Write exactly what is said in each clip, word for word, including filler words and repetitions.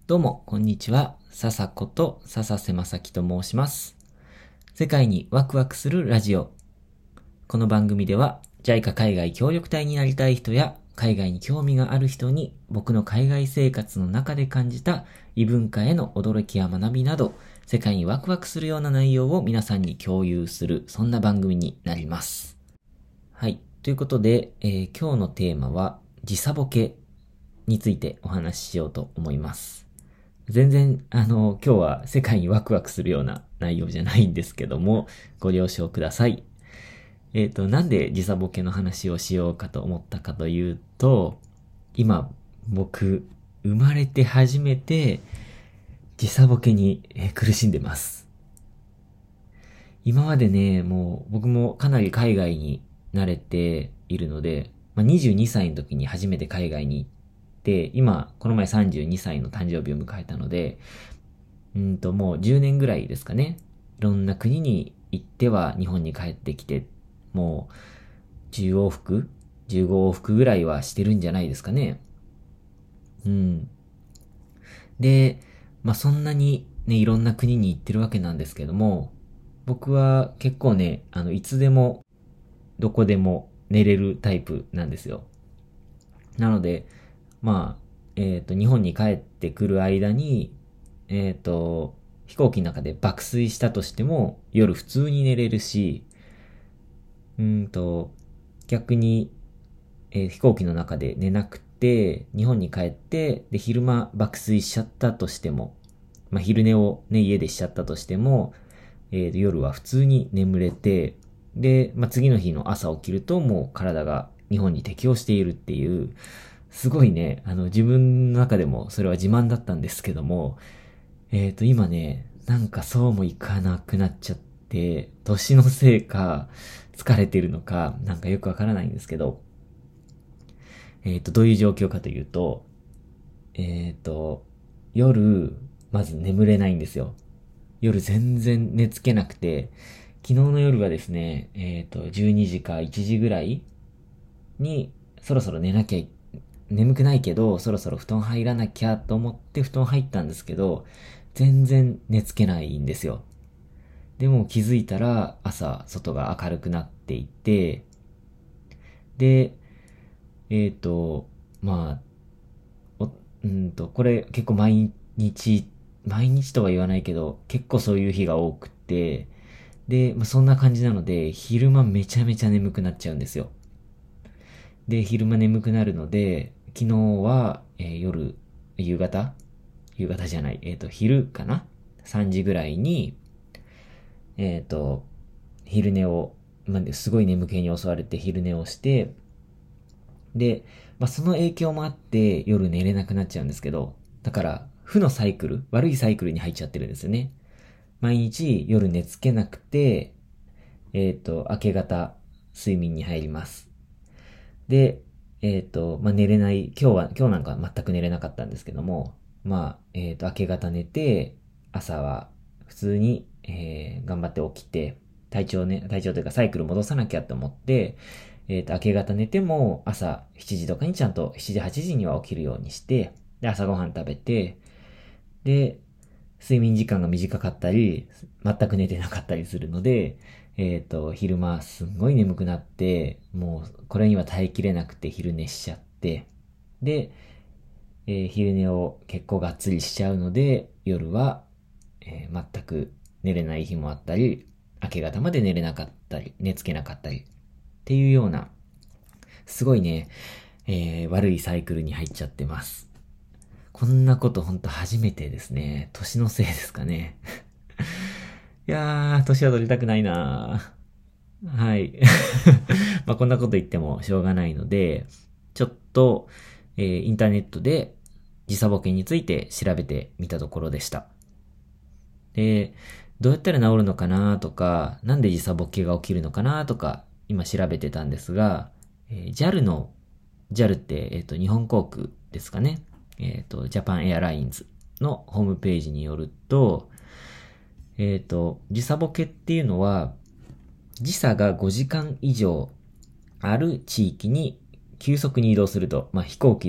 どうも、こんにちは。笹子と笹瀬正樹と申します。世界にワクワクするラジオ。この番組では、ジャイカ 海外協力隊になりたい人や、海外に興味がある人に、僕の海外生活の中で感じた異文化への驚きや学びなど、世界にワクワクするような内容を皆さんに共有する、そんな番組になります。はい。ということで、えー今日のテーマは、時差ボケについてお話ししようと思います。全然、あの、今日は世界にワクワクするような内容じゃないんですけども、ご了承ください。えっと、なんで時差ボケの話をしようかと思ったかというと、今、僕、生まれて初めて時差ボケにえー苦しんでます。今までね、もう僕もかなり海外に慣れているので、まあ、にじゅうにさいの時に初めて海外に行って、今、この前さんじゅうにさいの誕生日を迎えたので、うんと、もうじゅうねんぐらいですかね。いろんな国に行っては日本に帰ってきて、もうじゅう往復 ?じゅうご 往復ぐらいはしてるんじゃないですかね。うん。で、まあ、そんなにね、いろんな国に行ってるわけなんですけども、僕は結構ね、あの、いつでも、どこでも寝れるタイプなんですよ。なので、まあ、えっと、日本に帰ってくる間に、えっと、飛行機の中で爆睡したとしても、夜普通に寝れるし、うーんと、逆に、えー飛行機の中で寝なくて、日本に帰って、で、昼間爆睡しちゃったとしても、まあ、昼寝をね、家でしちゃったとしても、えーと、夜は普通に眠れて、で、まあ、次の日の朝起きるともう体が日本に適応しているっていう、すごいね、あの、自分の中でもそれは自慢だったんですけども、えーと、今ね、なんかそうもいかなくなっちゃって、年のせいか、疲れてるのか、なんかよくわからないんですけど、えーと、どういう状況かというと、えーと、夜、まず眠れないんですよ。夜全然寝つけなくて、昨日の夜はですね、えっと、じゅうにじかいちじぐらいに、そろそろ寝なきゃい、眠くないけど、そろそろ布団入らなきゃと思って布団入ったんですけど、全然寝つけないんですよ。でも気づいたら朝外が明るくなっていて、で、えっ、と、まあ、おうんと、これ結構毎日、毎日とは言わないけど、結構そういう日が多くて、で、まあ、そんな感じなので、昼間めちゃめちゃ眠くなっちゃうんですよ。で、昼間眠くなるので、昨日は、えー夜、夕方夕方じゃない、えっ、と、昼かな ?さん 時ぐらいに、えっ、と、昼寝を、まあ、すごい眠気に襲われて昼寝をして、で、まあ、その影響もあって夜寝れなくなっちゃうんですけど、だから、負のサイクル、悪いサイクルに入っちゃってるんですよね。毎日夜寝つけなくて、えっ、と、明け方、睡眠に入ります。で、えっ、と、まあ、寝れない、今日は、今日なんかは全く寝れなかったんですけども、まあ、えっ、と、明け方寝て、朝は普通に、えー頑張って起きて、体調ね、体調というかサイクル戻さなきゃと思って、えっ、と、明け方寝ても朝しちじとかにちゃんとしちじ、はちじには起きるようにして、で、朝ごはん食べて、で、睡眠時間が短かったり、全く寝てなかったりするので、えっ、と、昼間すんごい眠くなって、もうこれには耐えきれなくて昼寝しちゃって、で、えー昼寝を結構がっつりしちゃうので、夜は、えー全く寝れない日もあったり、明け方まで寝れなかったり、寝つけなかったり、っていうような、すごいね、えー悪いサイクルに入っちゃってます。こんなことほんと初めてですね。年のせいですかね。いやー、年は取りたくないなー。はい。まあこんなこと言ってもしょうがないので、ちょっと、えーインターネットで時差ボケについて調べてみたところでした。で、どうやったら治るのかなとか、なんで時差ボケが起きるのかなとか、今調べてたんですが、えー ジャル の、ジャル って、えっ、と、日本航空ですかね。えっ、と、ジャパンエアラインズのホームページによると、えっ、と、時差ボケっていうのは、時差がごじかん以上ある地域に急速に移動すると、まあ、飛行機で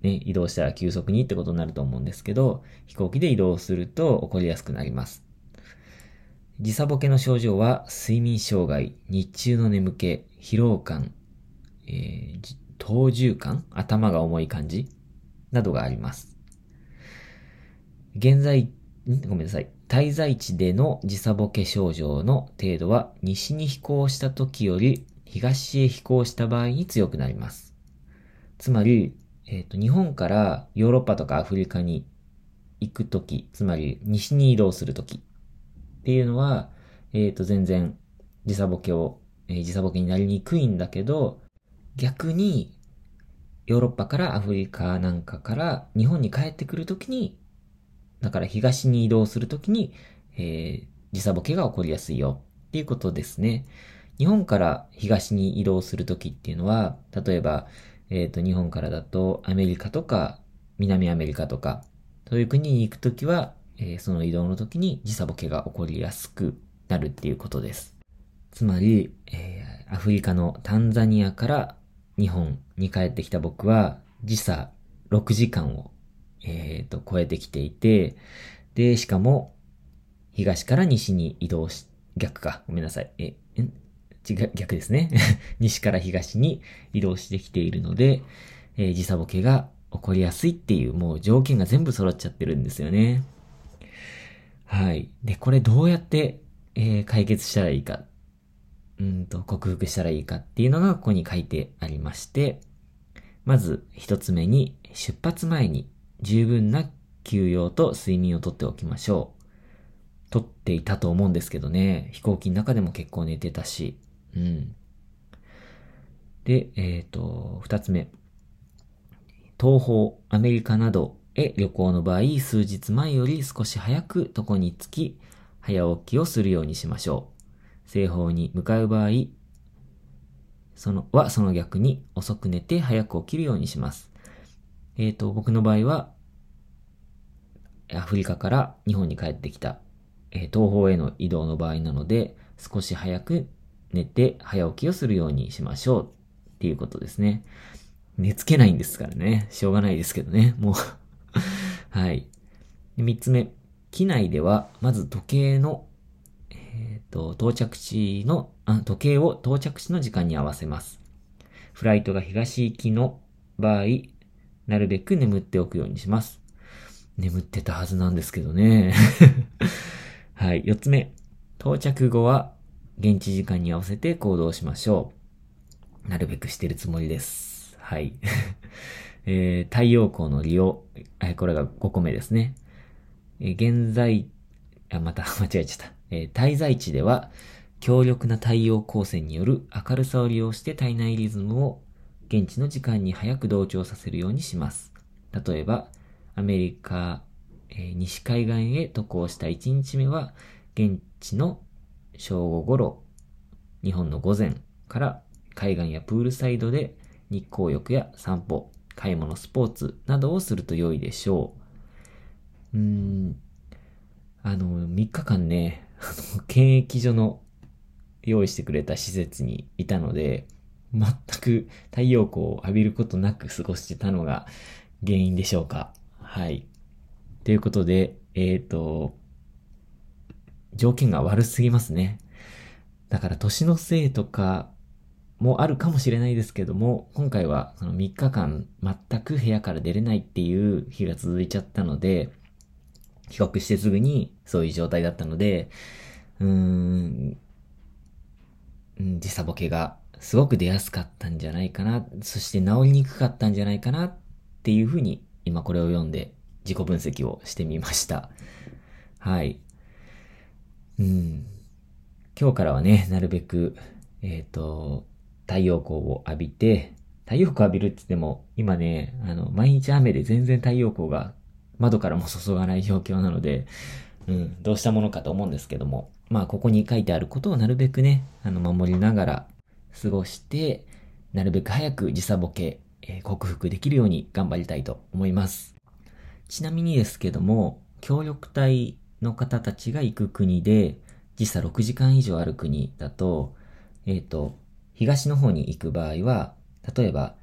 ね、移動したら急速にってことになると思うんですけど、飛行機で移動すると起こりやすくなります。時差ボケの症状は、睡眠障害、日中の眠気、疲労感、えー、頭重感、頭が重い感じなどがあります。現在、ごめんなさい。滞在地での時差ボケ症状の程度は、西に飛行した時より東へ飛行した場合に強くなります。つまり、えっと、日本からヨーロッパとかアフリカに行くとき、つまり西に移動するときっていうのは、えっと、全然時差ボケを、えー時差ボケになりにくいんだけど、逆にヨーロッパからアフリカなんかから日本に帰ってくるときに、だから東に移動するときに、えー時差ボケが起こりやすいよっていうことですね。日本から東に移動するときっていうのは、例えば、えっと、日本からだとアメリカとか南アメリカとか、そういう国に行くときは、えーその移動のときに時差ボケが起こりやすくなるっていうことです。つまり、えーアフリカのタンザニアから日本に帰ってきた僕は、時差ろくじかんを、えーと、超えてきていて、で、しかも、東から西に移動し、逆か。ごめんなさい。え、ん違う、逆ですね。西から東に移動してきているので、えー時差ボケが起こりやすいっていう、もう条件が全部揃っちゃってるんですよね。はい。で、これどうやって、えー解決したらいいか、うんと、克服したらいいかっていうのがここに書いてありまして、まず一つ目に、出発前に十分な休養と睡眠をとっておきましょう。とっていたと思うんですけどね。飛行機の中でも結構寝てたし。うん。で、えっと、二つ目。東方、アメリカなどへ旅行の場合、数日前より少し早く床に着き、早起きをするようにしましょう。西方に向かう場合、その、はその逆に遅く寝て早く起きるようにします。えっと、僕の場合は、アフリカから日本に帰ってきた、えー東方への移動の場合なので、少し早く寝て早起きをするようにしましょうっていうことですね。寝つけないんですからね。しょうがないですけどね。もうはい。で三つ目。機内では、まず時計の、えっと、到着地のあ、時計を到着地の時間に合わせます。フライトが東行きの場合、なるべく眠っておくようにします。眠ってたはずなんですけどね。はい。四つ目。到着後は、現地時間に合わせて行動しましょう。なるべくしてるつもりです。はい。えー太陽光の利用。えーこれがごこめですね。えー現在、あ、また間違えちゃった。えー滞在地では、強力な太陽光線による明るさを利用して体内リズムを現地の時間に早く同調させるようにします。例えば、アメリカ、えー西海岸へ渡航したいちにちめは、現地の正午頃、日本の午前から海岸やプールサイドで日光浴や散歩、買い物、スポーツなどをすると良いでしょう。うーん、あの、みっかかんね、あの、検疫所の用意してくれた施設にいたので、全く太陽光を浴びることなく過ごしてたのが原因でしょうか。はい。ということで、えっと、条件が悪すぎますね。だから年のせいとかもあるかもしれないですけども、今回はそのみっかかん全く部屋から出れないっていう日が続いちゃったので、帰国してすぐにそういう状態だったので、うーん、うん時差ボケがすごく出やすかったんじゃないかな、そして治りにくかったんじゃないかなっていうふうに今これを読んで自己分析をしてみました。はい。うん。今日からはね、なるべく、えっと、太陽光を浴びて、太陽光浴びるって言っても、今ね、あの、毎日雨で全然太陽光が窓からも注がない状況なので、うん、どうしたものかと思うんですけども、まあ、ここに書いてあることをなるべくね、あの、守りながら過ごして、なるべく早く時差ボケ、えー克服できるように頑張りたいと思います。ちなみにですけども、協力隊の方たちが行く国で、時差ろくじかん以上ある国だと、えっと、東の方に行く場合は、例えば、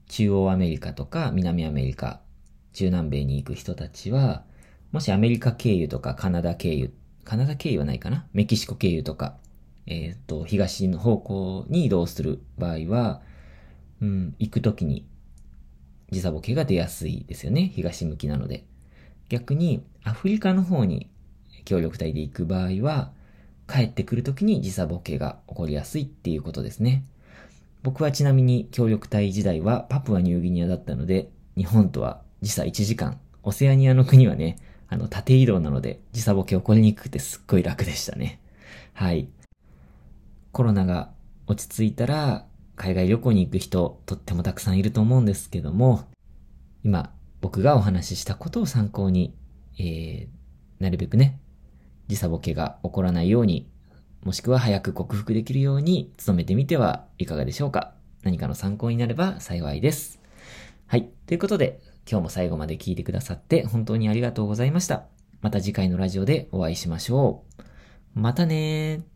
中央アメリカとか南アメリカ、中南米に行く人たちは、もしアメリカ経由とかカナダ経由、カナダ経由はないかな、メキシコ経由とか、えっと、東の方向に移動する場合は、うん、行くときに時差ボケが出やすいですよね。東向きなので。逆にアフリカの方に協力隊で行く場合は、帰ってくるときに時差ボケが起こりやすいっていうことですね。僕はちなみに協力隊時代はパプアニューギニアだったので、日本とは時差いちじかん。オセアニアの国はね、あの縦移動なので時差ボケ起こりにくくてすっごい楽でしたね。はい。コロナが落ち着いたら海外旅行に行く人とってもたくさんいると思うんですけども、今僕がお話ししたことを参考に、えー、なるべくね、時差ボケが起こらないように、もしくは早く克服できるように努めてみてはいかがでしょうか。何かの参考になれば幸いです。はい。ということで、今日も最後まで聞いてくださって本当にありがとうございました。また次回のラジオでお会いしましょう。またねー。